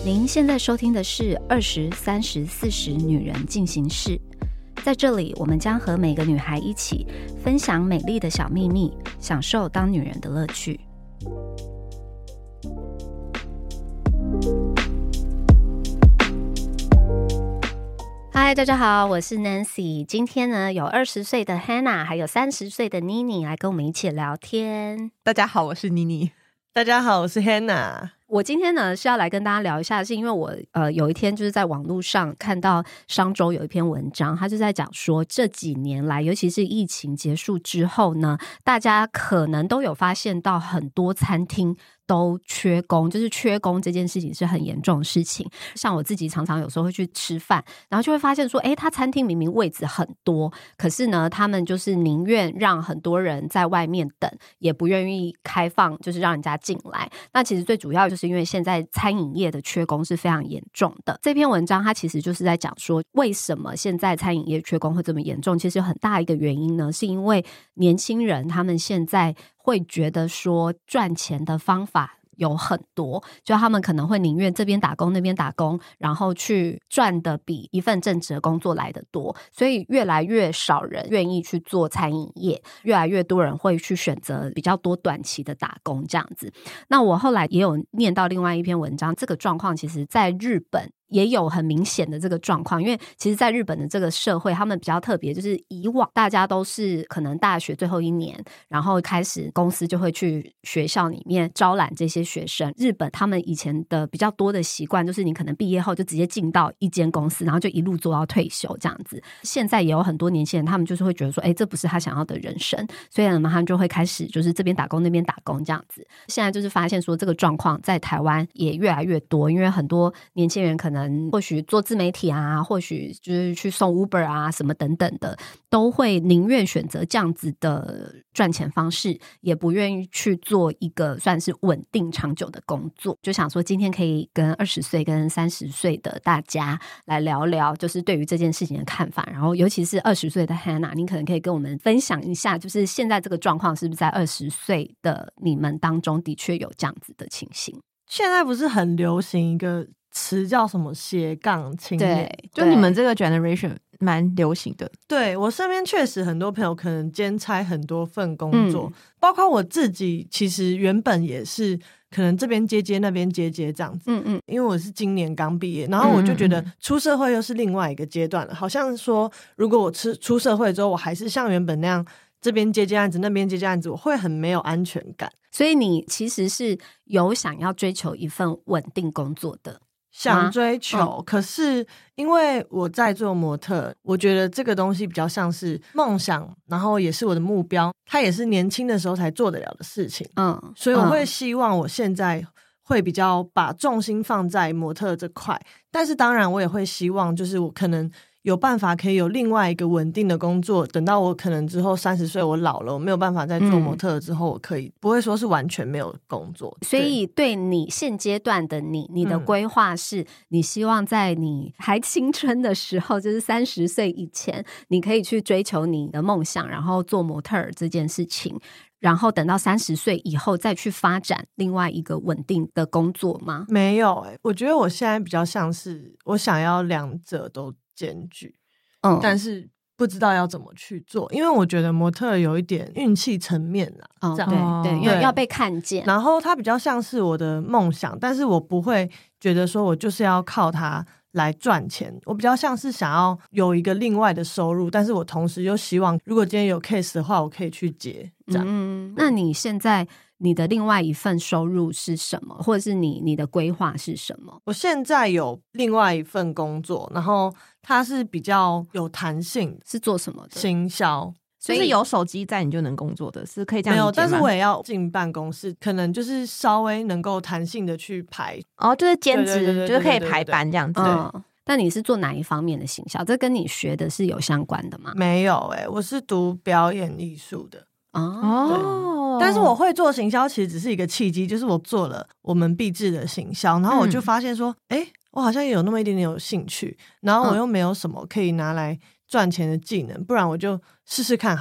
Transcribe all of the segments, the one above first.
您现在收听的是20、30、40女人进行式，在这里我们将和每个女孩一起分享美丽的小秘密，享受当女人的乐趣。嗨，大家好，我是 Nancy。今天呢，有20岁的 Hannah， 还有30岁的 Nini 来跟我们一起聊天。 大家好，我是妮妮。 大家好，我是 Hannah。 我今天呢是要来跟大家聊一下，是因为我有一天就是在网络上看到商周有一篇文章，他就在讲说这几年来，尤其是疫情结束之后呢，大家可能都有发现到很多餐厅都缺工，就是缺工这件事情是很严重的事情。像我自己常常有时候会去吃饭，然后就会发现说他餐厅明明位置很多，可是呢他们就是宁愿让很多人在外面等，也不愿意开放就是让人家进来。那其实最主要就是因为现在餐饮业的缺工是非常严重的。这篇文章它其实就是在讲说为什么现在餐饮业缺工会这么严重，其实有很大一个原因呢，是因为年轻人他们现在会觉得说赚钱的方法有很多，就他们可能会宁愿这边打工那边打工，然后去赚的比一份正职的工作来得多，所以越来越少人愿意去做餐饮业，越来越多人会去选择比较多短期的打工这样子。那我后来也有念到另外一篇文章，这个状况其实在日本也有很明显的这个状况，因为其实在日本的这个社会他们比较特别，就是以往大家都是可能大学最后一年，然后开始公司就会去学校里面招揽这些学生。日本他们以前的比较多的习惯就是你可能毕业后就直接进到一间公司，然后就一路做到退休这样子。现在也有很多年轻人他们就是会觉得说这不是他想要的人生，所以呢他们就会开始就是这边打工那边打工这样子。现在就是发现说这个状况在台湾也越来越多，因为很多年轻人可能或许做自媒体啊，或许就是去送 Uber 啊什么等等的，都会宁愿选择这样子的赚钱方式，也不愿意去做一个算是稳定长久的工作。就想说今天可以跟20岁跟30岁的大家来聊聊就是对于这件事情的看法，然后尤其是20岁的 Hannah， 你可能可以跟我们分享一下，就是现在这个状况是不是在20岁的你们当中的确有这样子的情形。 现在不是很流行一个词叫什么斜杠青年， 就你们这个 generation 蛮流行的。 对，我身边确实很多朋友可能兼差很多份工作，包括我自己其实原本也是可能这边接那边接这样子。因为我是今年刚毕业，然后我就觉得出社会又是另外一个阶段了，好像说如果我出社会之后我还是像原本那样这边接案子那边接案子，我会很没有安全感。 所以你其实是有想要追求一份稳定工作的， 想追求，可是因为我在做模特，我觉得这个东西比较像是梦想，然后也是我的目标，它也是年轻的时候才做得了的事情。所以我会希望我现在会比较把重心放在模特这块，但是当然我也会希望就是我可能有办法可以有另外一个稳定的工作，等到我可能之后30岁我老了，我没有办法再做模特之后，我可以不会说是完全没有工作。 所以对你现阶段的你的规划是你希望在你还青春的时候，就是30岁以前，你可以去追求你的梦想，然后做模特这件事情，然后等到30岁以后再去发展另外一个稳定的工作吗？ 没有我觉得我现在比较像是我想要两者都兼具，但是不知道要怎么去做，因为我觉得模特有一点运气层面啦，这样对，因为要被看见， 然后它比较像是我的梦想，但是我不会觉得说我就是要靠它来赚钱，我比较像是想要有一个另外的收入，但是我同时又希望如果今天有 case 的话我可以去接这样。 那你现在你的另外一份收入是什么，或者是你的规划是什么？ 我现在有另外一份工作，然后它是比较有弹性， 是做什么的？ 行销， 所以是有手机在你就能工作的，是可以这样理解吗？ 没有，但是我也要进办公室，可能就是稍微能够弹性的去排就是兼职，就是可以排班这样子。 但你是做哪一方面的行销？这跟你学的是有相关的吗？ 没有我是读表演艺术的。但是哦， 我会做行销其实只是一个契机，就是我做了我们毕制的行销，然后我就发现说我好像也有那么一点点有兴趣，然后我又没有什么可以拿来赚钱的技能，不然我就试试看好了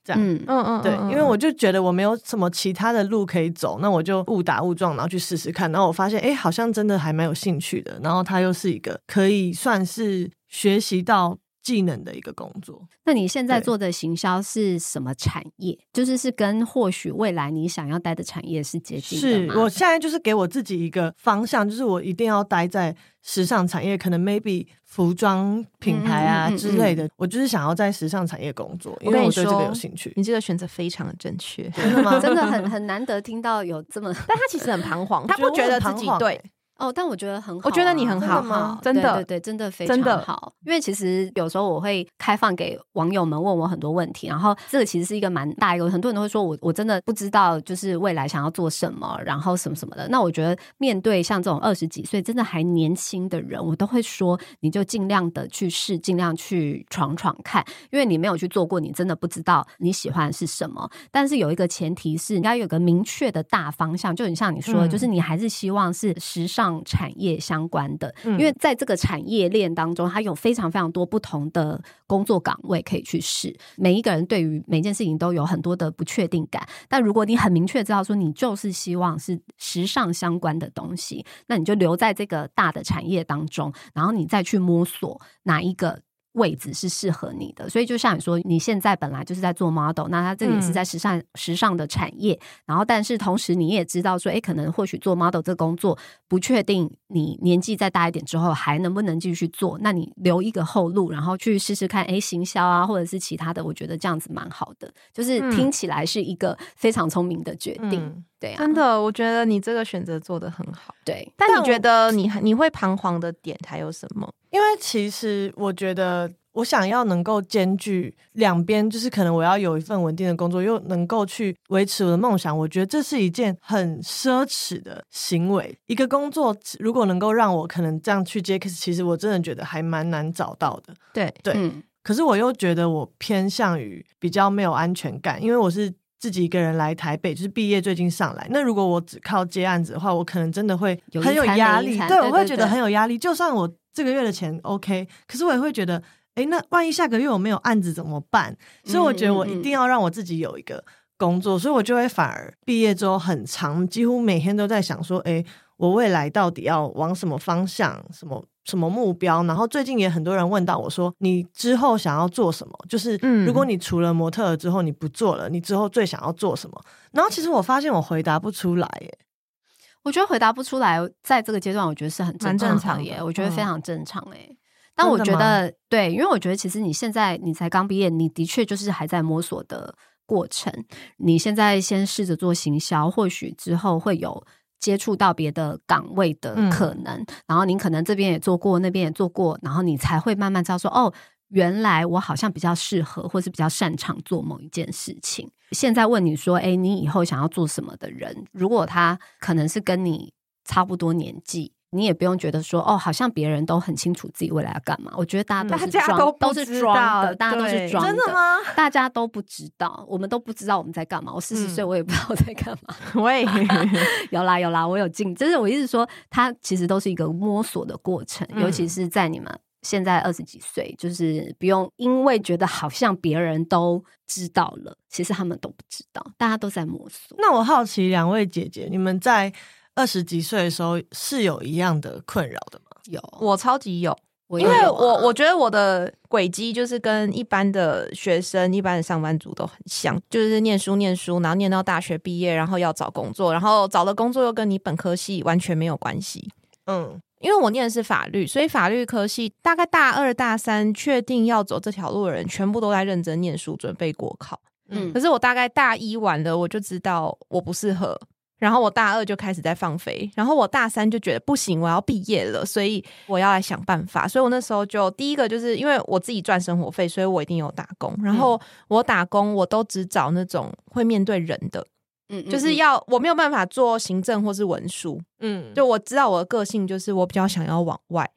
这样。对，因为我就觉得我没有什么其他的路可以走，那我就误打误撞然后去试试看，然后我发现好像真的还蛮有兴趣的，然后它又是一个可以算是学习到技能的一个工作。 那你现在做的行销是什么产业？就是跟或许未来你想要待的产业是接近的吗？ 是，我现在就是给我自己一个方向，就是我一定要待在时尚产业，可能 maybe 服装品牌啊之类的，我就是想要在时尚产业工作，因为我对这个有兴趣。 你这个选择非常的正确。 真的吗？ 真的很难得听到有这么但他其实很彷徨，他不觉得自己对但我觉得很好， 我觉得你很好，真的， 对，真的非常好。因为其实有时候我会开放给网友们问我很多问题，然后这个其实是一个蛮大一个，很多人都会说我真的不知道就是未来想要做什么，然后什么什么的。那我觉得面对像这种20几岁真的还年轻的人，我都会说你就尽量的去试，尽量去闯闯看，因为你没有去做过，你真的不知道你喜欢的是什么。但是有一个前提是你要有个明确的大方向，就很像你说的，就是你还是希望是时尚产业相关的，因为在这个产业链当中它有非常非常多不同的工作岗位可以去试，每一个人对于每件事情都有很多的不确定感，但如果你很明确知道说你就是希望是时尚相关的东西，那你就留在这个大的产业当中，然后你再去摸索哪一个位置是适合你的。所以就像你说你现在本来就是在做 model， 那它这个也是在时尚的产业，然后但是同时你也知道说可能或许做 model 这个工作不确定你年纪再大一点之后还能不能继续做，那你留一个后路，然后去试试看行销啊或者是其他的，我觉得这样子蛮好的，就是听起来是一个非常聪明的决定。对啊， 真的我觉得你这个选择做得很好。 对， 但你觉得你会彷徨的点还有什么？ 因为其实我觉得我想要能够兼具两边，就是可能我要有一份稳定的工作，又能够去维持我的梦想，我觉得这是一件很奢侈的行为。一个工作如果能够让我可能这样去接 case， 其实我真的觉得还蛮难找到的。 对， 可是我又觉得我偏向于比较没有安全感，因为我是自己一个人来台北，就是毕业最近上来，那如果我只靠接案子的话，我可能真的会很有压力。对，我会觉得很有压力。就算我这个月的钱 OK， 可是我也会觉得那万一下个月我没有案子怎么办？所以我觉得我一定要让我自己有一个工作，所以我就会反而毕业之后很长，几乎每天都在想说我未来到底要往什么方向，什么目标。然后最近也很多人问到我说你之后想要做什么，就是如果你除了模特儿之后你不做了，你之后最想要做什么？然后其实我发现我回答不出来耶。 我觉得回答不出来在这个阶段我觉得是很正常的耶，我觉得非常正常耶。但我觉得对，因为我觉得其实你现在你才刚毕业，你的确就是还在摸索的过程，你现在先试着做行销，或许之后会有接触到别的岗位的可能，然后你可能这边也做过那边也做过，然后你才会慢慢知道说原来我好像比较适合或是比较擅长做某一件事情。现在问你说你以后想要做什么的人，如果他可能是跟你差不多年纪，你也不用觉得说好像别人都很清楚自己未来要干嘛。我觉得大家都是装的，大家都是装的。 真的吗？ 大家都不知道，我们都不知道我们在干嘛。我40岁我也不知道我在干嘛。 我也有啦，我有进，就是我一直说它其实都是一个摸索的过程，尤其是在你们现在20几岁，就是不用因为觉得好像别人都知道了，其实他们都不知道，大家都在摸索。 那我好奇两位姐姐，你们在20几岁的时候是有一样的困扰的吗？ 有， 我超级有。因为我觉得我的轨迹就是跟一般的学生一般的上班族都很像，就是念书然后念到大学毕业，然后要找工作，然后找的工作又跟你本科系完全没有关系。因为我念的是法律，所以法律科系大概大2大3确定要走这条路的人全部都在认真念书准备国考。可是我大概大1完了我就知道我不适合，然后我大2就开始在放飞，然后我大3就觉得不行，我要毕业了，所以我要来想办法。所以我那时候就第一个就是因为我自己赚生活费，所以我一定有打工，然后我打工我都只找那种会面对人的，就是我没有办法做行政或是文书，就我知道我的个性就是我比较想要往外，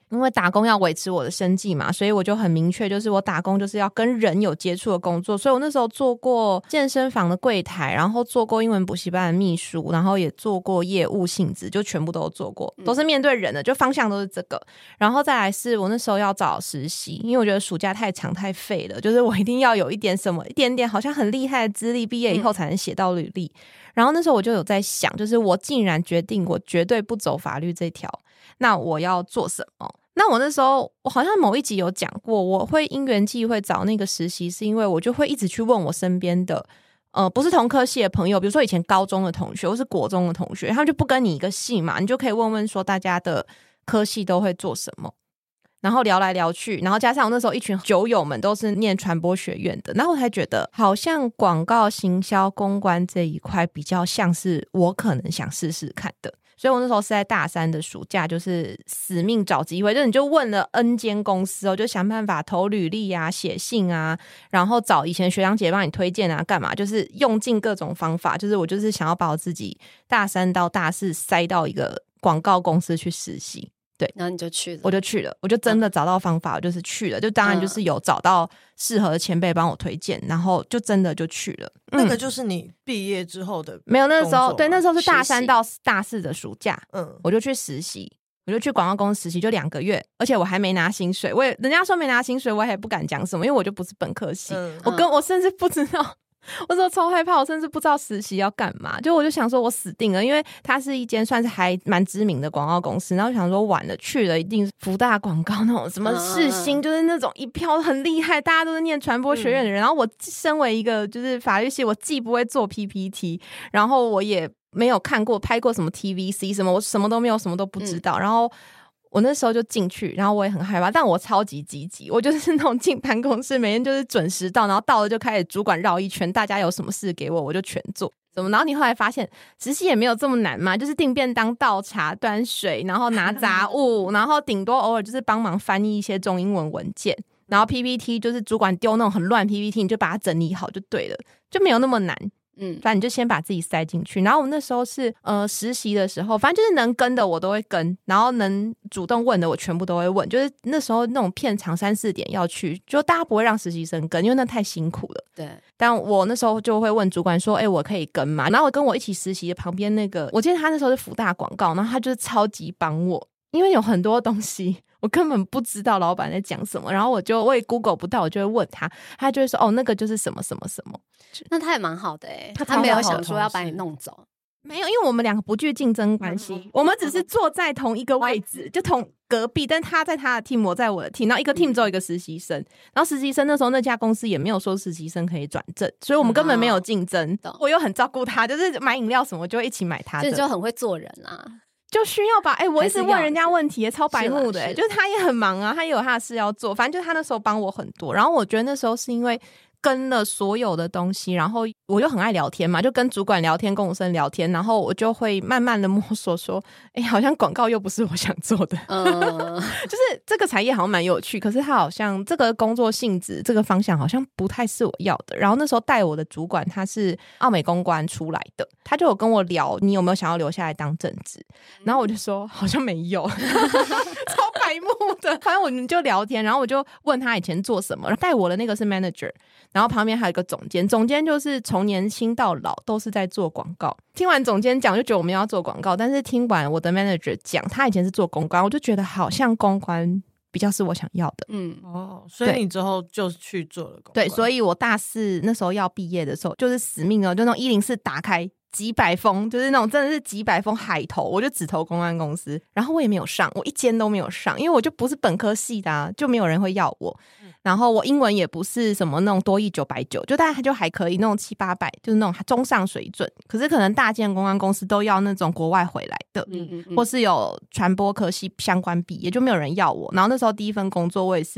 因为打工要维持我的生计嘛，所以我就很明确，就是我打工就是要跟人有接触的工作，所以我那时候做过健身房的柜台，然后做过英文补习班的秘书，然后也做过业务性质，就全部都做过，都是面对人的，就方向都是这个。然后再来是我那时候要找实习，因为我觉得暑假太长太废了，就是我一定要有一点什么一点点好像很厉害的资历，毕业以后才能写到履历。然后那时候我就有在想，就是我竟然决定我绝对不走法律这条，那我要做什么？那我那时候我好像某一集有讲过，我会因缘际会找那个实习，是因为我就会一直去问我身边的不是同科系的朋友，比如说以前高中的同学或是国中的同学，他们就不跟你一个系嘛，你就可以问问说大家的科系都会做什么，然后聊来聊去，然后加上我那时候一群酒友们都是念传播学院的，然后我才觉得好像广告行销公关这一块比较像是我可能想试试看的。所以我那时候是在大三的暑假，就是死命找机会，就你就问了 N 间公司就想办法投履历啊、写信啊，然后找以前学长姐帮你推荐啊，干嘛，就是用尽各种方法，就是我就是想要把我自己大三到大四塞到一个广告公司去实习。对， 然后你就去了， 我就去了，我就真的找到方法，我就是去了，就当然就是有找到适合的前辈帮我推荐，然后就真的就去了。 那个就是你毕业之后的？ 没有，那时候对，那时候是大三到大四的暑假，我就去实习，我就去广告公司实习，就2个月，而且我还没拿薪水，人家说没拿薪水，我也不敢讲什么，因为我就不是本科系，我甚至不知道。我说超害怕，我甚至不知道实习要干嘛，我就想说我死定了，因为它是一间算是还蛮知名的广告公司，然后想说晚了去了一定福大广告那种什么世新，就是那种一票很厉害，大家都是念传播学院的人，然后我身为一个就是法律系，我既不会做 PPT， 然后我也没有看过拍过什么 TVC 什么，我什么都没有，什么都不知道，然后我那时候就进去，然后我也很害怕，但我超级积极，我就是那种进办公室每天就是准时到，然后到了就开始主管绕一圈，大家有什么事给我就全做什么。然后你后来发现实习也没有这么难嘛，就是订便当、倒茶、端水，然后拿杂物然后顶多偶尔就是帮忙翻译一些中英文文件，然后 PPT 就是主管丢那种很乱 PPT， 你就把它整理好就对了，就没有那么难。反正你就先把自己塞进去。然后我那时候是实习的时候，反正就是能跟的我都会跟，然后能主动问的我全部都会问，就是那时候那种片场3、4点要去，就大家不会让实习生跟，因为那太辛苦了。 对， 但我那时候就会问主管说我可以跟吗？然后我跟我一起实习的旁边那个，我记得他那时候是福大广告，然后他就是超级帮我，因为有很多东西我根本不知道老板在讲什么，然后我也 Google 不到，我就会问他，他就会说那个就是什么什么什么。 那他也蛮好的他没有想说要把你弄走。 没有，因为我们2个不具竞争关系，我们只是坐在同一个位置，就同隔壁，但他在他的 team， 我在我的 team， 然后一个 team 只有一个实习生，然后实习生那时候那家公司也没有说实习生可以转正，所以我们根本没有竞争。我又很照顾他，就是买饮料什么我就一起买他的， 就很会做人啊， 就需要吧。我一直问人家问题超白目的就是他也很忙啊，他也有他的事要做，反正就是他那时候帮我很多。然后我觉得那时候是因为跟了所有的东西，然后我就很爱聊天嘛，就跟主管聊天，跟我生聊天，然后我就会慢慢的摸索说好像广告又不是我想做的就是这个产业好像蛮有趣，可是他好像这个工作性质这个方向好像不太是我要的。然后那时候带我的主管他是奥美公关出来的，他就有跟我聊你有没有想要留下来当正职，然后我就说好像没有超白目的。反正我们就聊天，然后我就问他以前做什么，带我的那个是 manager，然后旁边还有一个总监就是从年轻到老都是在做广告。听完总监讲就觉得我们要做广告，但是听完我的 manager 讲他以前是做公关，我就觉得好像公关比较是我想要的。 所以你之后就去做了公关。 对，所以我大4那时候要毕业的时候就是死命就那种104打开几百封，就是那种真的是几百封海投，我就只投公关公司，然后我也没有上，我一间都没有上，因为我就不是本科系的就没有人会要我。然后我英文也不是什么那种多益990，就大概就还可以，那种700-800就是那种中上水准。可是可能大间公关公司都要那种国外回来的，或是有传播科系相关毕业，就没有人要我。然后那时候第一份工作我也是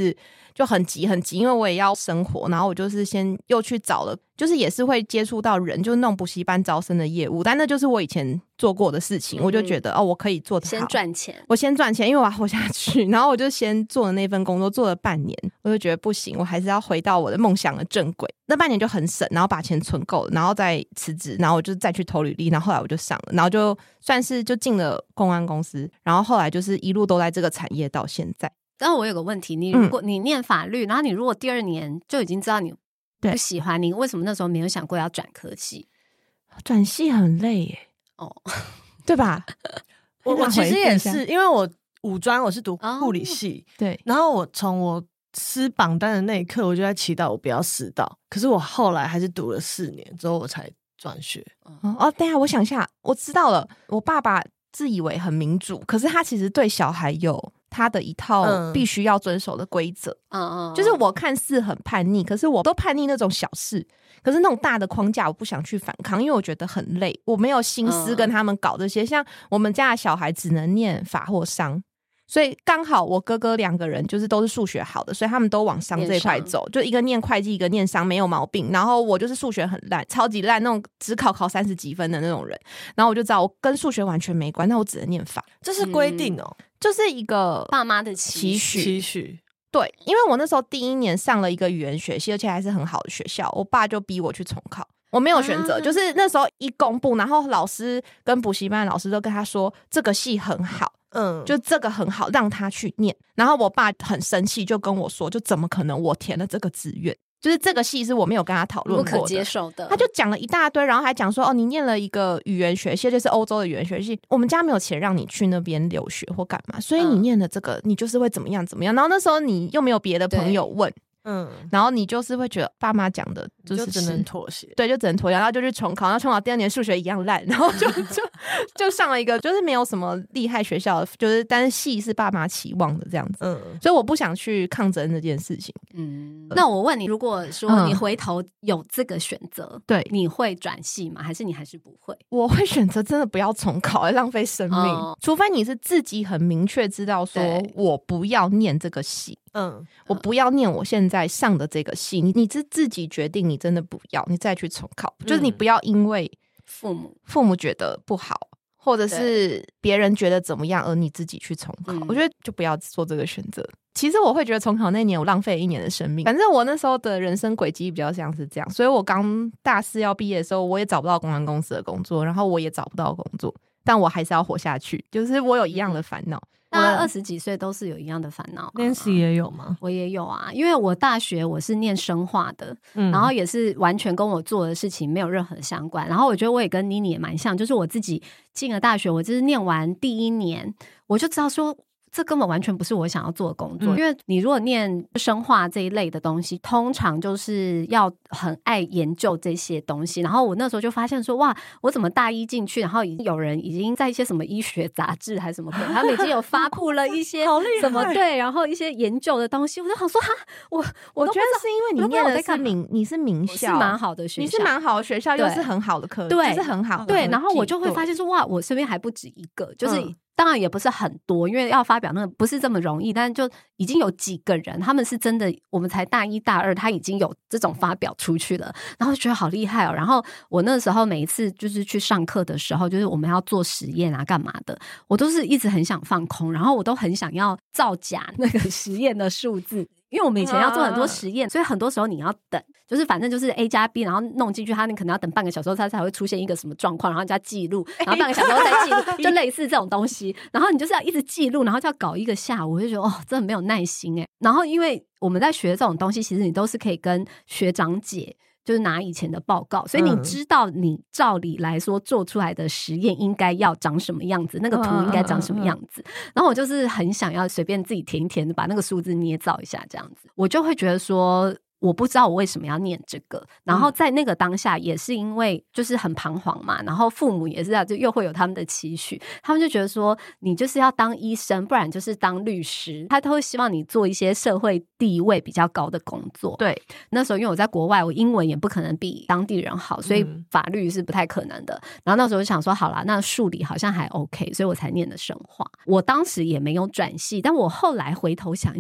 就很急很急，因为我也要生活，然后我就是先又去找了，就是也是会接触到人，就是那种补习班招生的业务，但那就是我以前做过的事情，我就觉得我可以做得好， 先赚钱， 我先赚钱，因为我要活下去，然后我就先做了那份工作，做了半年，我就觉得不行，我还是要回到我的梦想的正轨。那半年就很省，然后把钱存够了，然后再辞职，然后我就再去投履历，然后后来我就上了，然后就算是就进了公安公司，然后后来就是一路都在这个产业到现在。 但我有个问题，你如果你念法律，然后你如果第2年就已经知道你不喜欢，你为什么那时候没有想过要转科系？ 转系很累耶，对吧？ 我其实也是，因为我五专我是读护理系， 对， 然后我从我撕榜单的那一刻，我就在祈祷我不要撕到，可是我后来还是读了4年之后我才转学。 等一下我想一下，我知道了，我爸爸自以为很民主，可是他其实对小孩有他的一套必须要遵守的规则。就是我看似很叛逆，可是我都叛逆那种小事，可是那种大的框架我不想去反抗，因为我觉得很累，我没有心思跟他们搞这些。像我们家的小孩只能念法或商，所以刚好我哥哥2个人就是都是数学好的，所以他们都往商这一块走，就一个念会计，一个念商，没有毛病。然后我就是数学很烂，超级烂那种，只考30几分的那种人。然后我就知道我跟数学完全没关，那我只能念法。 这是规定就是一个爸妈的期许。 对，因为我那时候第1年上了一个语言学系，而且还是很好的学校，我爸就逼我去重考。我没有选择，就是那时候一公布，然后老师跟补习班的老师都跟他说这个系很好，就这个很好，让他去念。然后我爸很生气，就跟我说，就怎么可能我填了这个志愿，就是这个系是我没有跟他讨论过的， 不可接受的。 他就讲了一大堆，然后还讲说你念了一个语言学系，就是欧洲的语言学系，我们家没有钱让你去那边留学或干嘛，所以你念了这个，你就是会怎么样怎么样。然后那时候你又没有别的朋友问。然后你就是会觉得爸妈讲的就是只能妥协， 对，就只能妥协，然后就去重考，然后重考第2年数学一样烂，然后就上了一个就是没有什么厉害学校，就是但是系是爸妈期望的这样子，所以我不想去抗争这件事情。 那我问你，如果说你回头有这个选择， 对， 你会转系吗？还是你还是不会？ 我会选择真的不要重考，浪费生命，除非你是自己很明确知道说我不要念这个系。我不要念我现在上的这个系，你是自己决定，你真的不要，你再去重考，就是你不要因为父母觉得不好，或者是别人觉得怎么样而你自己去重考，我觉得就不要做这个选择。其实我会觉得重考那年我浪费了1年的生命，反正我那时候的人生轨迹比较像是这样，所以我刚大4要毕业的时候，我也找不到公安公司的工作，然后我也找不到工作，但我还是要活下去，就是我有一样的烦恼。 大家20几岁都是有一样的烦恼。 Nancy 也有吗？ 我也有啊，因为我大学我是念生化的，然后也是完全跟我做的事情没有任何相关。然后我觉得我也跟妮妮也蛮像，就是我自己进了大学，我就是念完第1年，我就知道说这根本完全不是我想要做的工作，因为你如果念生化这一类的东西，通常就是要很爱研究这些东西。然后我那时候就发现说，哇，我怎么大1进去，然后有人已经在一些什么医学杂志还是什么鬼，他们已经有发布了一些什么对，然后一些研究的东西，我就想说哈，我觉得是因为你念的是你是名校， 是蛮好的学校， 你是蛮好的学校，又是很好的科， 对， 就是很好的对。然后我就会发现说，哇，我身边还不止一个，就是。当然也不是很多，因为要发表那个不是这么容易，但是就已经有几个人，他们是真的，我们才大1大2，他已经有这种发表出去了，然后就觉得好厉害哦。然后我那时候每一次就是去上课的时候，就是我们要做实验啊干嘛的，我都是一直很想放空，然后我都很想要造假那个实验的数字，因为我们以前要做很多实验，所以很多时候你要等，就是反正就是 A 加 B， 然后弄进去，你可能要等半个小时后它才会出现一个什么状况，然后人家记录，然后半个小时后再记录，就类似这种东西。然后你就是要一直记录，然后就要搞一个下午，我就觉得真的没有耐心欸。然后因为我们在学这种东西，其实你都是可以跟学长姐就是拿以前的报告，所以你知道你照理来说做出来的实验应该要长什么样子，那个图应该长什么样子。然后我就是很想要随便自己填一填，把那个数字捏造一下这样子，我就会觉得说我不知道我为什么要念这个，然后在那个当下也是因为就是很彷徨嘛，然后父母也是就又会有他们的期许，他们就觉得说你就是要当医生，不然就是当律师，他都会希望你做一些社会地位比较高的工作。 对， 那时候因为我在国外，我英文也不可能比当地人好，所以法律是不太可能的。然后那时候就想说好啦，那数理好像还 OK， 所以我才念的生化。我当时也没有转系，但我后来回头想一想，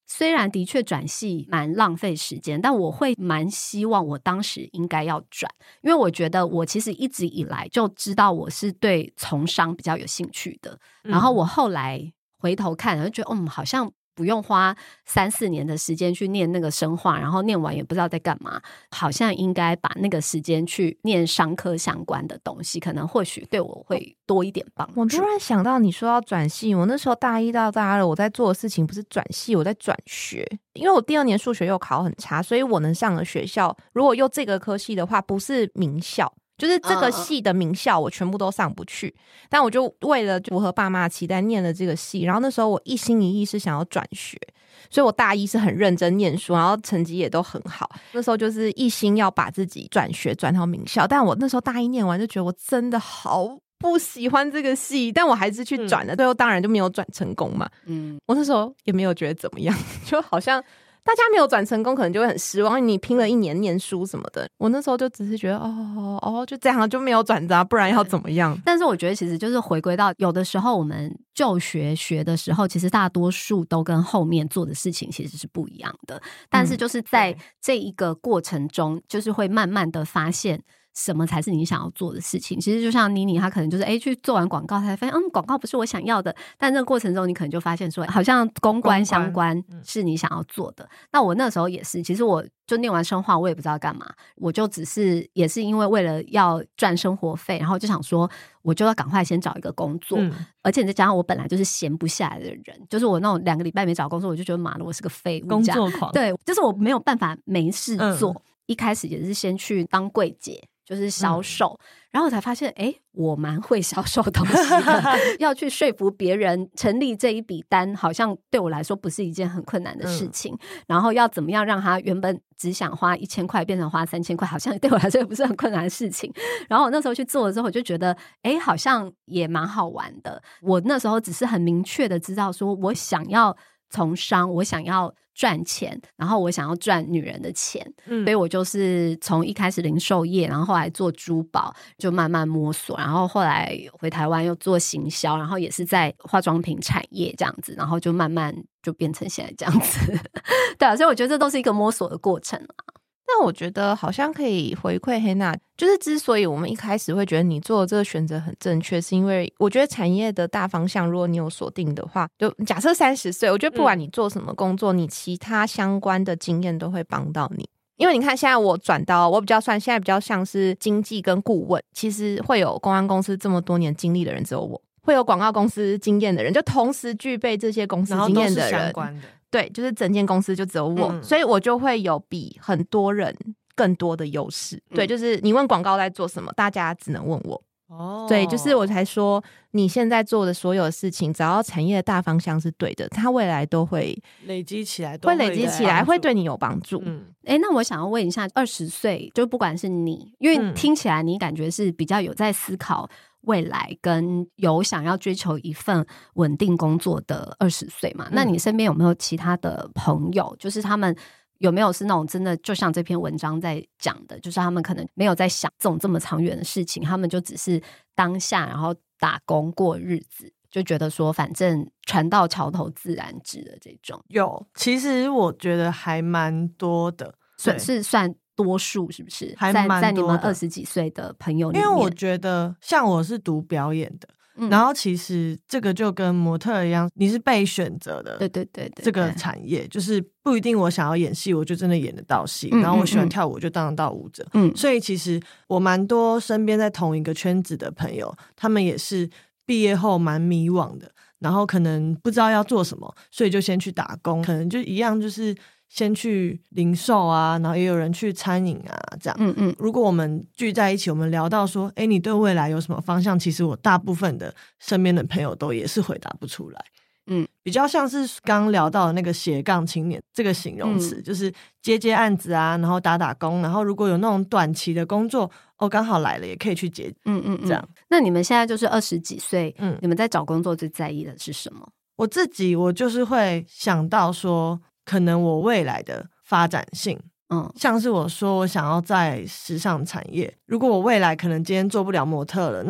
虽然的确转系蛮浪费时间，但我会蛮希望我当时应该要转，因为我觉得我其实一直以来就知道我是对从商比较有兴趣的，然后我后来回头看就觉得好像不用花3-4年的时间去念那个生化，然后念完也不知道在干嘛，好像应该把那个时间去念商科相关的东西，可能或许对我会多一点帮助。 我突然想到你说要转系，我那时候大1到大2我在做的事情不是转系，我在转学，因为我第2年数学又考很差，所以我能上的学校如果又这个科系的话不是名校，就是这个系的名校我全部都上不去，但我就为了符合爸妈的期待念了这个系，然后那时候我一心一意是想要转学，所以我大1是很认真念书，然后成绩也都很好，那时候就是一心要把自己转学转到名校，但我那时候大1念完就觉得我真的好不喜欢这个系，但我还是去转了，最后当然就没有转成功嘛。我那时候也没有觉得怎么样，就好像大家没有转成功可能就会很失望，你拼了1年念书什么的，我那时候就只是觉得就这样就没有转不然要怎么样。 但是我觉得其实就是回归到有的时候我们就学的时候，其实大多数都跟后面做的事情其实是不一样的，但是就是在这一个过程中就是会慢慢的发现什么才是你想要做的事情。其实就像妮妮她可能就是去做完广告才发现广告不是我想要的，但这个过程中你可能就发现说好像公关相关是你想要做的。那我那时候也是，其实我就念完生化我也不知道干嘛，我就只是也是因为为了要赚生活费，然后就想说我就要赶快先找一个工作，而且再加上我本来就是闲不下来的人，就是我那种2个礼拜没找工作我就觉得妈的我是个废物， 工作狂， 对，就是我没有办法没事做。一开始也是先去当柜姐，就是销售，然后我才发现我蛮会销售东西的要去说服别人成立这一笔单好像对我来说不是一件很困难的事情，然后要怎么样让他原本只想花1000块变成花3000块，好像对我来说也不是很困难的事情。然后我那时候去做了之后我就觉得好像也蛮好玩的。我那时候只是很明确的知道说我想要从商，我想要赚钱，然后我想要赚女人的钱，所以我就是从一开始零售业，然后后来做珠宝，就慢慢摸索，然后后来回台湾又做行销，然后也是在化妆品产业这样子，然后就慢慢就变成现在这样子对啊，所以我觉得这都是一个摸索的过程啊。 但我觉得好像可以回馈黑娜，就是之所以我们一开始会觉得你做的这个选择很正确，是因为我觉得产业的大方向如果你有锁定的话，就假设30岁，我觉得不管你做什么工作，你其他相关的经验都会帮到你。因为你看现在我转到我现在比较像是经纪跟顾问，其实会有公关公司这么多年经历的人只有我，会有广告公司经验的人，就同时具备这些公司经验的人， 然后都是相关的， 对，就是整间公司就只有我，所以我就会有比很多人更多的优势。对，就是你问广告在做什么，大家只能问我。对，就是我才说你现在做的所有的事情，只要产业的大方向是对的，它未来都会累积起来， 会对你有帮助。 那我想要问一下20岁，就不管是你，因为听起来你感觉是比较有在思考未来跟有想要追求一份稳定工作的20岁嘛，那你身边有没有其他的朋友，就是他们有没有是那种真的就像这篇文章在讲的，就是他们可能没有在想这么长远的事情，他们就只是当下然后打工过日子，就觉得说反正船到桥头自然直的这种。 有，其实我觉得还蛮多的， 是算多数是不是？ 还蛮多的， 在你们20几岁的朋友里面， 因为我觉得像我是读表演的，然后其实这个就跟模特一样，你是被选择的， 对， 这个产业就是不一定我想要演戏我就真的演得到戏，然后我喜欢跳舞我就当得到舞者，所以其实我蛮多身边在同一个圈子的朋友，他们也是毕业后蛮迷惘的，然后可能不知道要做什么，所以就先去打工，可能就一样就是先去零售啊，然后也有人去餐饮啊，这样。如果我们聚在一起，我们聊到说，你对未来有什么方向？其实我大部分的身边的朋友都也是回答不出来。比较像是刚聊到的那个斜杠青年这个形容词，就是接案子啊，然后打工，然后如果有那种短期的工作，刚好来了也可以去接。这样。 那你们现在就是20几岁，你们在找工作最在意的是什么？ 我就是会想到说，可能我未来的发展性，像是我说我想要在时尚产业，如果我未来可能今天做不了模特了，那我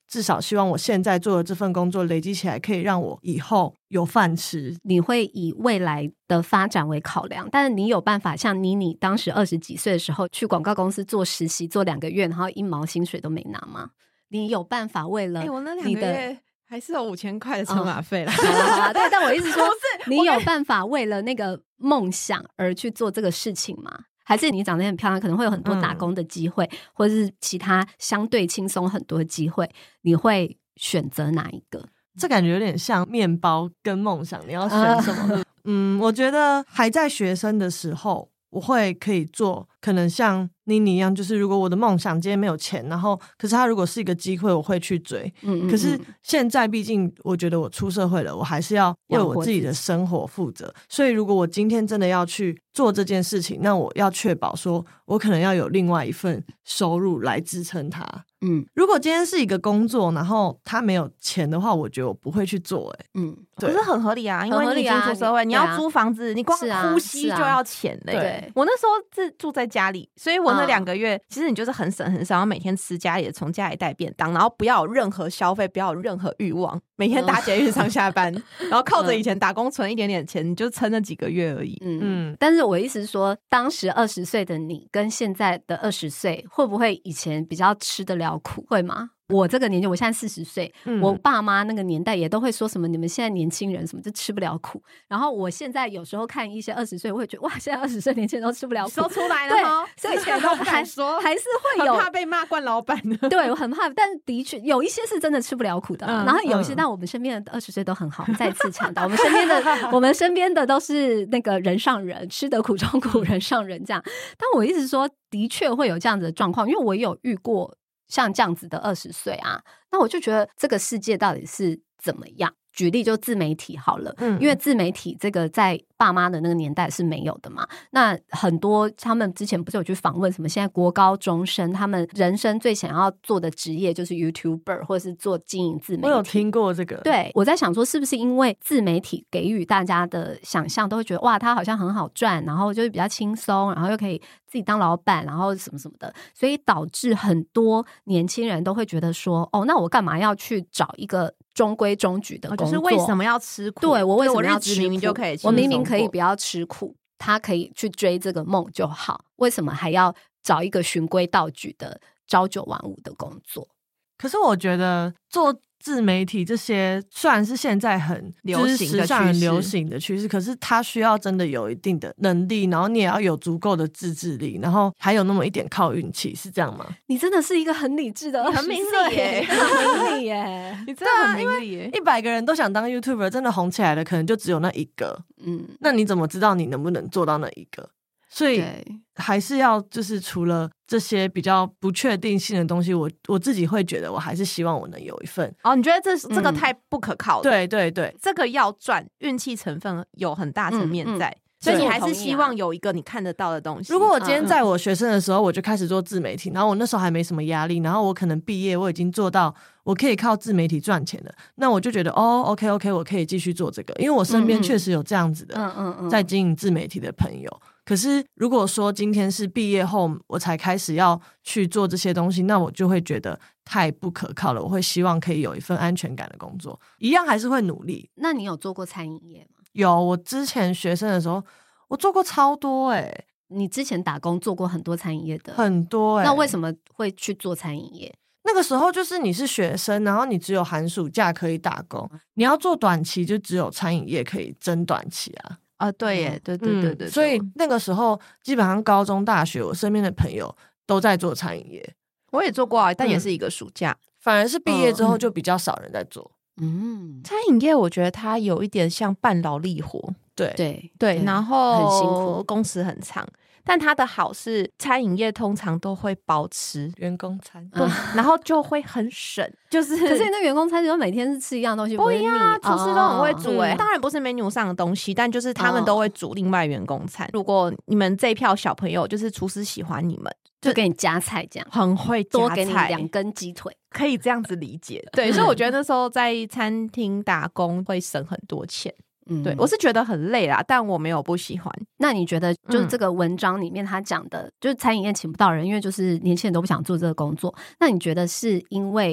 至少希望我现在做的这份工作累积起来可以让我以后有饭吃。 你会以未来的发展为考量，但是你有办法像你当时20几岁的时候去广告公司做实习做2个月，然后1毛薪水都没拿吗？你有办法为了我那2个月还是有5000块的车马费啦。 对，但我意思说你有办法为了那个梦想而去做这个事情吗？还是你长得很漂亮，可能会有很多打工的机会，或者是其他相对轻松很多的机会，你会选择哪一个？ 这感觉有点像面包跟梦想，你要选什么？我觉得还在学生的时候我会可以做可能像妮妮一样，就是如果我的梦想今天没有钱，然后可是它如果是一个机会我会去追。可是现在毕竟我觉得我出社会了，我还是要为我自己的生活负责，所以如果我今天真的要去做这件事情，那我要确保说我可能要有另外一份收入来支撑它。如果今天是一个工作然后他没有钱的话，我觉得我不会去做。 可是很合理啊，因为你已经出社会，你要租房子，你光呼吸就要钱嘞。对，我那时候是住在家里，所以我那2个月其实你就是很省很省，然后每天吃家里的，从家里带便当，然后不要有任何消费，不要有任何欲望，每天搭捷运上下班，然后靠着以前打工存一点点钱，你就撑那几个月而已。 但是我意思是说，当时20岁的你跟现在的20岁，会不会以前比较吃得了苦？会吗？我这个年纪，我现在40岁，我爸妈那个年代也都会说什么你们现在年轻人什么就吃不了苦，然后我现在有时候看一些20岁，我会觉得哇，现在20岁年轻人都吃不了苦， 说出来了吗？ 所以现在都不敢说，还是会有很怕被骂惯老板的。 对，我很怕，但的确有一些是真的吃不了苦的，然后有一些但我们身边的20岁都很好，再次强调我们身边的都是那个人上人，吃得苦中苦人上人这样。但我一直说的确会有这样子的状况，因为我有遇过像这样子的20岁啊，那我就觉得这个世界到底是怎么样？举例就自媒体好了，因为自媒体这个在爸妈的那个年代是没有的嘛。那很多他们之前不是有去访问什么，现在国高中生他们人生最想要做的职业就是 YouTuber 或者是做经营自媒体。 我有听过这个。 对，我在想说是不是因为自媒体给予大家的想象都会觉得哇，他好像很好赚，然后就是比较轻松，然后又可以自己当老板，然后什么什么的，所以导致很多年轻人都会觉得说那我干嘛要去找一个中规中矩的工作？ 就是为什么要吃苦？ 对，我为什么要吃苦？ 明明就可以， 我明明可以不要吃苦，他可以去追这个梦就好，为什么还要找一个循规蹈矩的朝9晚5的工作？ 可是我觉得做自媒体这些虽然是现在很流行的很流行的趋势，可是它需要真的有一定的能力，然后你也要有足够的自制力，然后还有那么一点靠运气，是这样吗？ 你真的是一个很理智的， 很明理耶， 很明理耶， 你真的很明理耶。 100个人都想当 YouTuber， 真的红起来的可能就只有那一个。那你怎么知道你能不能做到那一个？所以还是要就是除了这些比较不确定性的东西，我自己会觉得我还是希望我能有一份。 你觉得这个太不可靠了？ 对对对， 这个要赚，运气成分有很大层面在。所以你还是希望有一个你看得到的东西。 如果我今天在我学生的时候我就开始做自媒体，然后我那时候还没什么压力，然后我可能毕业我已经做到我可以靠自媒体赚钱了，那我就觉得OK 我可以继续做这个，因为我身边确实有这样子的在经营自媒体的朋友。可是如果说今天是毕业后我才开始要去做这些东西，那我就会觉得太不可靠了，我会希望可以有一份安全感的工作，一样还是会努力。 那你有做过餐饮业吗？ 有，我之前学生的时候我做过超多你之前打工做过很多餐饮业的？ 很多那为什么会去做餐饮业？ 那个时候就是你是学生，然后你只有寒暑假可以打工，你要做短期就只有餐饮业可以争短期啊。 对耶，对， 所以那个时候基本上高中大学我身边的朋友都在做餐饮业。 我也做过但也是一个暑假， 反而是毕业之后就比较少人在做。 餐饮业我觉得它有一点像半劳力活。对，然后很辛苦， 工时很长，但它的好是餐饮业通常都会包吃员工餐， 然后就会很省。就是可是你那员工餐就每天是吃一样东西， 不一样啊，厨师都很会煮当然不是 menu 上的东西，但就是他们都会煮另外员工餐。如果你们这一票小朋友就是厨师喜欢你们， 就给你加菜，这样很会加菜， 多给你2根鸡腿， 可以这样子理解。对，所以我觉得那时候在餐厅打工会省很多钱。对，我是觉得很累啦，但我没有不喜欢。 那你觉得就是这个文章里面他讲的就是餐饮业请不到人，因为就是年轻人都不想做这个工作，那你觉得是因为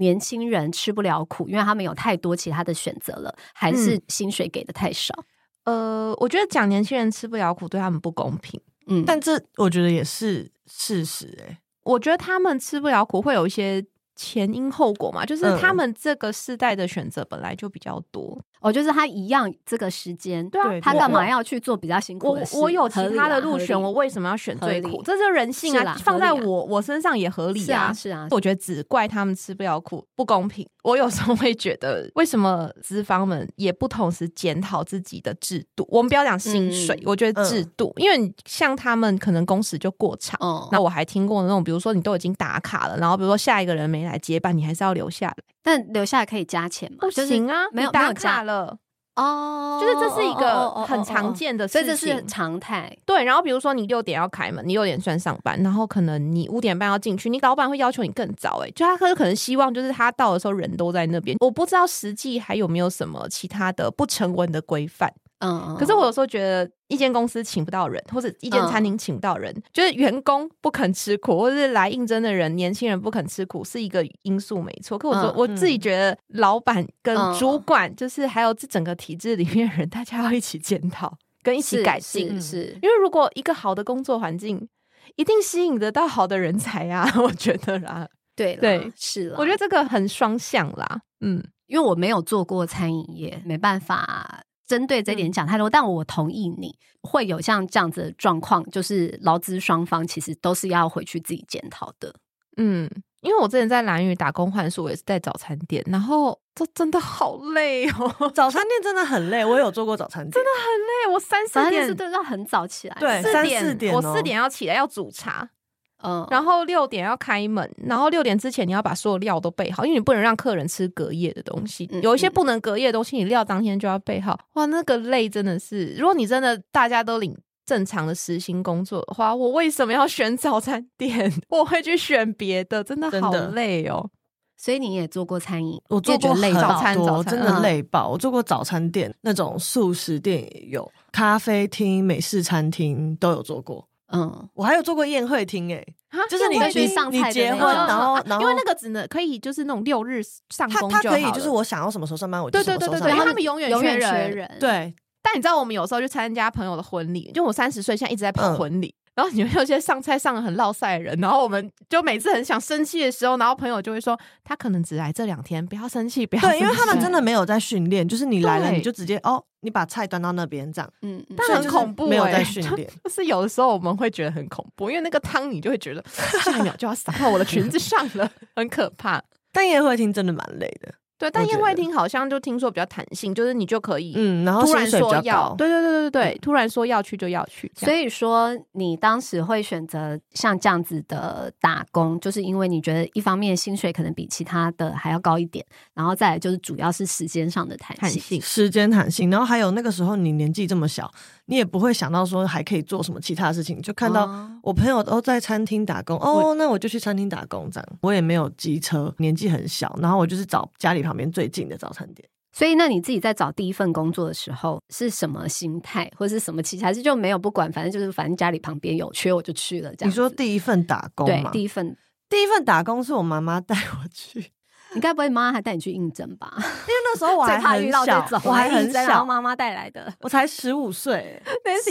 年轻人吃不了苦，因为他们有太多其他的选择了，还是薪水给的太少？ 我觉得讲年轻人吃不了苦对他们不公平。 但这我觉得也是事实我觉得他们吃不了苦会有一些前因后果嘛，就是他们这个世代的选择本来就比较多。 就是他一样这个时间， 对啊， 他干嘛要去做比较辛苦的事？ 我有其他的路选，我为什么要选最苦？这是人性啊，放在我身上也合理啊。 是啊， 我觉得只怪他们吃不了苦不公平。我有时候会觉得，为什么资方们也不同时检讨自己的制度？我们不要讲薪水，我觉得制度，因为像他们可能工时就过长。那我还听过那种，比如说你都已经打卡了，然后比如说下一个人没来接班，你还是要留下来。 但留下来可以加钱吗？ 不行啊，没有打卡了。就是这是一个很常见的事情， 所以这是常态。 对，然后比如说你6点要开门，你6点算上班，然后可能你5点半要进去，你老板会要求你更早。就他可能希望就是他到的时候人都在那边。我不知道实际还有没有什么其他的不成文的规范。可是我有时候觉得一间公司请不到人，或者一间餐厅请不到人，就是员工不肯吃苦，或者是来应征的人年轻人不肯吃苦是一个因素没错。可我说我自己觉得老板跟主管就是还有这整个体制里面的人，大家要一起检讨跟一起改进。 是因为如果一个好的工作环境一定吸引得到好的人才啊，我觉得啦。 对，是啦， 我觉得这个很双向啦。 因为我没有做过餐饮业，没办法针对这点讲太多，但我同意你会有像这样子的状况，就是劳资双方其实都是要回去自己检讨的。 因为我之前在兰屿打工换宿，我也是在早餐店，然后这真的好累哦。 早餐店真的很累，我有做过早餐店， 真的很累。我3-4点是都要很早起来， 对，3-4点， 我4点要起来要煮茶。然后6点要开门，然后6点之前你要把所有料都备好，因为你不能让客人吃隔夜的东西。有一些不能隔夜的东西，你料当天就要备好。哇，那个累真的是，如果你真的大家都领正常的时薪工作的话，我为什么要选早餐店？我会去选别的，真的好累哦。 所以你也做过餐饮？ 我做过很多， 真的累爆。我做过早餐店，那种素食店也有，咖啡厅、美式餐厅都有做过。我还有做过宴会厅就是你结婚，然后因为那个只能可以就是那种6日上工就好了， 他可以就是我想要什么时候上班我就什么时候上班。 对，他们永远缺人。 对， 但你知道我们有时候去参加朋友的婚礼，就我30岁现在一直在跑婚礼。然后你们有些上菜上得很落赛的人，然后我们就每次很想生气的时候，然后朋友就会说他可能只来这2天，不要生气，不要生气。 对，因为他们真的没有在训练，就是你来了你就直接你把菜端到那边这样。 但很恐怖， 没有在训练。 就是有的时候我们会觉得很恐怖，因为那个汤你就会觉得下一秒就要洒到我的裙子上了，很可怕。 但宴会厅真的蛮累的。 对，但宴会厅好像就听说比较弹性，就是你就可以然后突然说要， 对，突然说要去就要去。 所以说你当时会选择像这样子的打工，就是因为你觉得一方面薪水可能比其他的还要高一点，然后再来就是主要是时间上的弹性， 时间弹性，然后还有那个时候你年纪这么小，你也不会想到说还可以做什么其他的事情，就看到我朋友都在餐厅打工，那我就去餐厅打工这样。我也没有机车，年纪很小，然后我就是找家里旁边最近的早餐店。 所以那你自己在找第一份工作的时候是什么心态，或是什么其实还是就没有不管，反正家里旁边有缺我就去了这样子？ 你说第一份打工吗？ 对，第一份打工是我妈妈带我去。 你该不会妈妈还带你去应征吧？因为那时候我还很小，我还很小， 然后妈妈带来的， 我才15岁。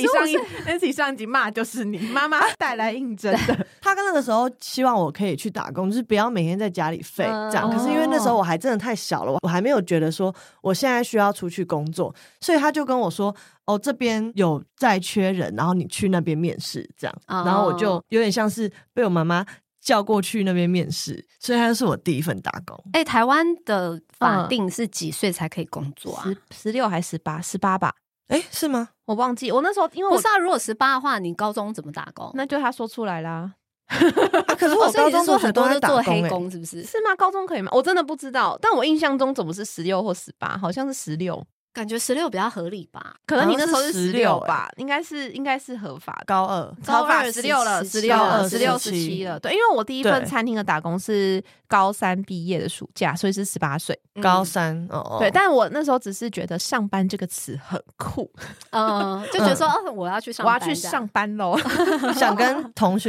Nancy 上一集骂就是你妈妈带来应征的。 她跟那个时候希望我可以去打工，就是不要每天在家里废这样。可是因为那时候我还真的太小了，我还没有觉得说我现在需要出去工作，所以她就跟我说这边有在缺人，然后你去那边面试这样。然后我就有点像是被我妈妈叫过去那边面试，所以他就是我第一份打工。 台湾的法定是几岁才可以工作啊 ？16还是18吧？ 是吗？ 我忘记。我那时候因为不是如果18的话，你高中怎么打工？ 那就他说出来啦。 可是我高中说很多都做黑工，是不是？ 是吗？高中可以吗？我真的不知道，但我印象中怎么是16或18？好像是16。 感觉16比较合理吧？ 可能你那时候是16吧，应该是合法的。 高二 16了，16、17了。对，因为我第一份餐厅的打工是高3毕业的暑假，所以是18岁。 高3 对，但我那时候只是觉得上班这个词很酷， 就觉得说我要去上班， 我要去上班咯。 想跟同学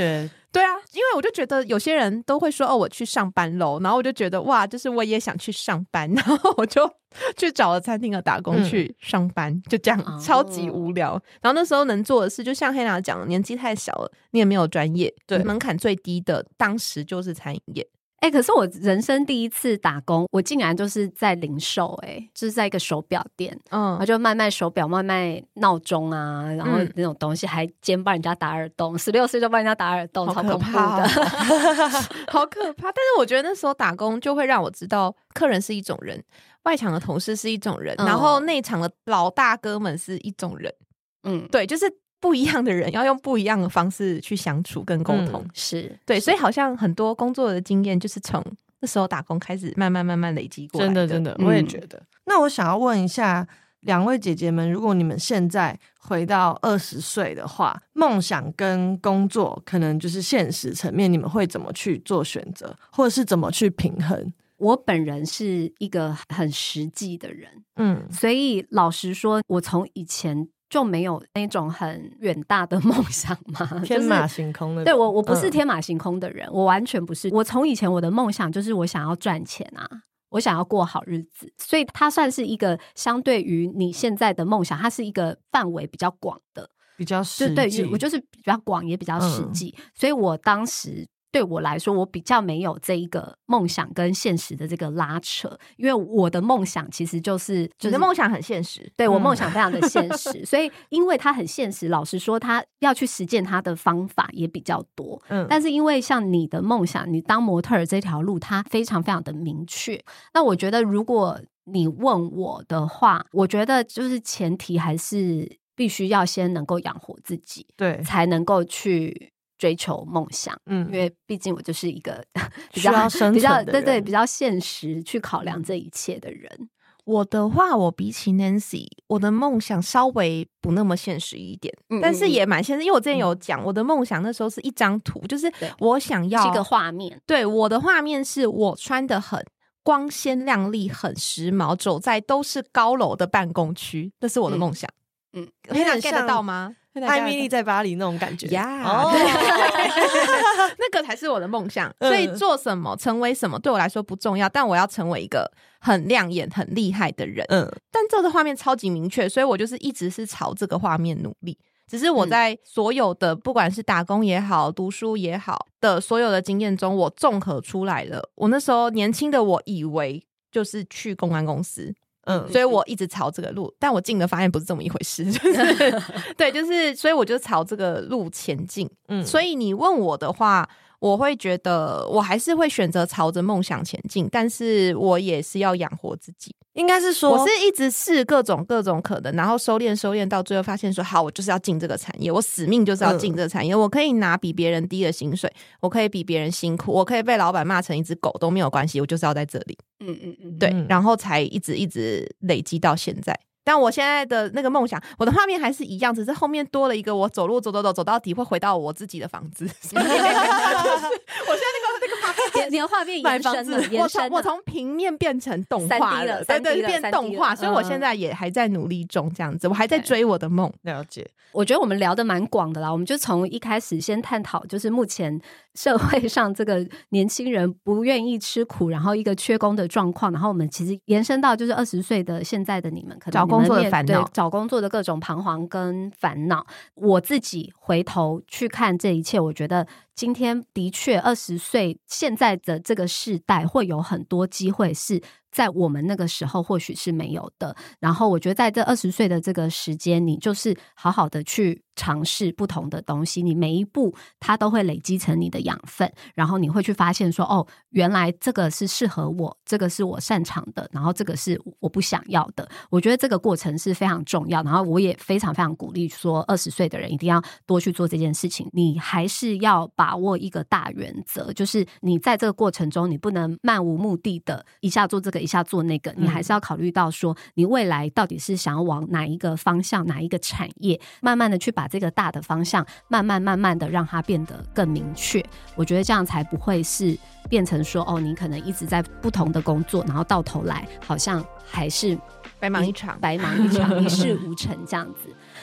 对啊，因为我就觉得有些人都会说我去上班咯，然后我就觉得哇，就是我也想去上班，然后我就去找了餐厅的打工去上班，就这样超级无聊。然后那时候能做的事就像黑娜讲的，年纪太小了，你也没有专业，对，门槛最低的当时就是餐饮业。 可是我人生第一次打工，我竟然就是在零售，就是在一个手表店，然后就卖手表，卖闹钟啊，然后那种东西，还兼帮人家打耳洞，16岁就帮人家打耳洞，超恐怖的， 好可怕。但是我觉得那时候打工就会让我知道，客人是一种人，外场的同事是一种人，然后内场的老大哥们是一种人，对，就是不一样的人要用不一样的方式去相处跟沟通， 是对，所以好像很多工作的经验就是从那时候打工开始慢慢累积过来的。 真的我也觉得。那我想要问一下两位姐姐们，如果你们现在回到20岁的话，梦想跟工作可能就是现实层面，你们会怎么去做选择，或者是怎么去平衡？ 我本人是一个很实际的人，所以老实说，我从以前就没有那种很远大的梦想嘛， 天马行空的。 对，我不是天马行空的人，我完全不是。我从以前我的梦想就是我想要赚钱啊，我想要过好日子，所以它算是一个相对于你现在的梦想，它是一个范围比较广的， 比较实际。 对，我就是比较广也比较实际，所以我当时对我来说，我比较没有这一个梦想跟现实的这个拉扯，因为我的梦想其实就是你的梦想很现实， 对，我梦想非常的现实，所以因为它很现实，老实说，他要去实践它的方法也比较多。但是因为像你的梦想，你当模特儿这条路，它非常非常的明确。那我觉得，如果你问我的话，我觉得就是前提还是必须要先能够养活自己， 对， 才能够去追求梦想，因为毕竟我就是一个需要生存的人， 对，比较现实去考量这一切的人。 我的话，我比起 Nancy， 我的梦想稍微不那么现实一点，但是也蛮现实，因为我之前有讲，我的梦想那时候是一张图，就是我想要是一个画面。 对，我的画面是我穿得很光鲜亮丽，很时髦，走在都是高楼的办公区，这是我的梦想。可以 get 得到吗？ 艾米丽在巴黎那种感觉呀，那个才是我的梦想。所以做什么成为什么对我来说不重要，但我要成为一个很亮眼很厉害的人。但这个画面超级明确，所以我就是一直是朝这个画面努力。只是我在所有的不管是打工也好读书也好的所有的经验中，我综合出来了。我那时候年轻的我以为就是去公关公司，所以我一直朝这个路，但我进了发现不是这么一回事，就是对，就是所以我就朝这个路前进。所以你问我的话，我会觉得我还是会选择朝着梦想前进，但是我也是要养活自己。 应该是说我是一直试各种可能，然后收敛到最后发现说好，我就是要进这个产业，我使命就是要进这个产业。我可以拿比别人低的薪水，我可以比别人辛苦，我可以被老板骂成一只狗都没有关系，我就是要在这里。对，然后才一直累积到现在。但我现在的那个梦想，我的画面还是一样，只是后面多了一个我走路走到底会回到我自己的房子。我现在那个画面， 你的画面延伸了， 我从平面变成动画了，对，变动画，所以我现在也还在努力中，这样子，我还在追我的梦。 了解。 我觉得我们聊得蛮广的啦，我们就从一开始先探讨，就是目前社会上这个年轻人不愿意吃苦，然后一个缺工的状况，然后我们其实延伸到就是20岁的现在的你们，可能找工作的烦恼， 找工作的各种彷徨跟烦恼。我自己回头去看这一切，我觉得今天的确20岁现在的这个世代会有很多机会是在我们那个时候或许是没有的。然后我觉得在这20岁的这个时间，你就是好好的去尝试不同的东西，你每一步它都会累积成你的养分，然后你会去发现说，哦，原来这个是适合我，这个是我擅长的，然后这个是我不想要的。我觉得这个过程是非常重要，然后我也非常非常鼓励说20岁的人一定要多去做这件事情。你还是要把握一个大原则，就是你在这个过程中你不能漫无目的的一下做这个一下做那个，你还是要考虑到说你未来到底是想要往哪一个方向哪一个产业，慢慢的去把这个大的方向慢慢的让它变得更明确。我觉得这样才不会是变成说，哦，你可能一直在不同的工作，然后到头来好像还是白忙一场一事无成这样子。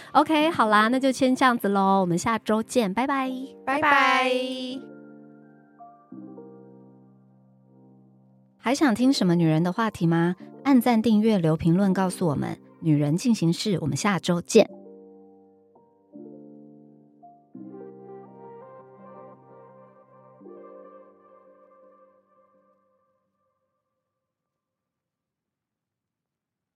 OK， 好啦，那就先这样子咯，我们下周见，拜拜， 拜拜。 还想听什么女人的话题吗？按赞、订阅、留评论告诉我们。女人进行式，我们下周见。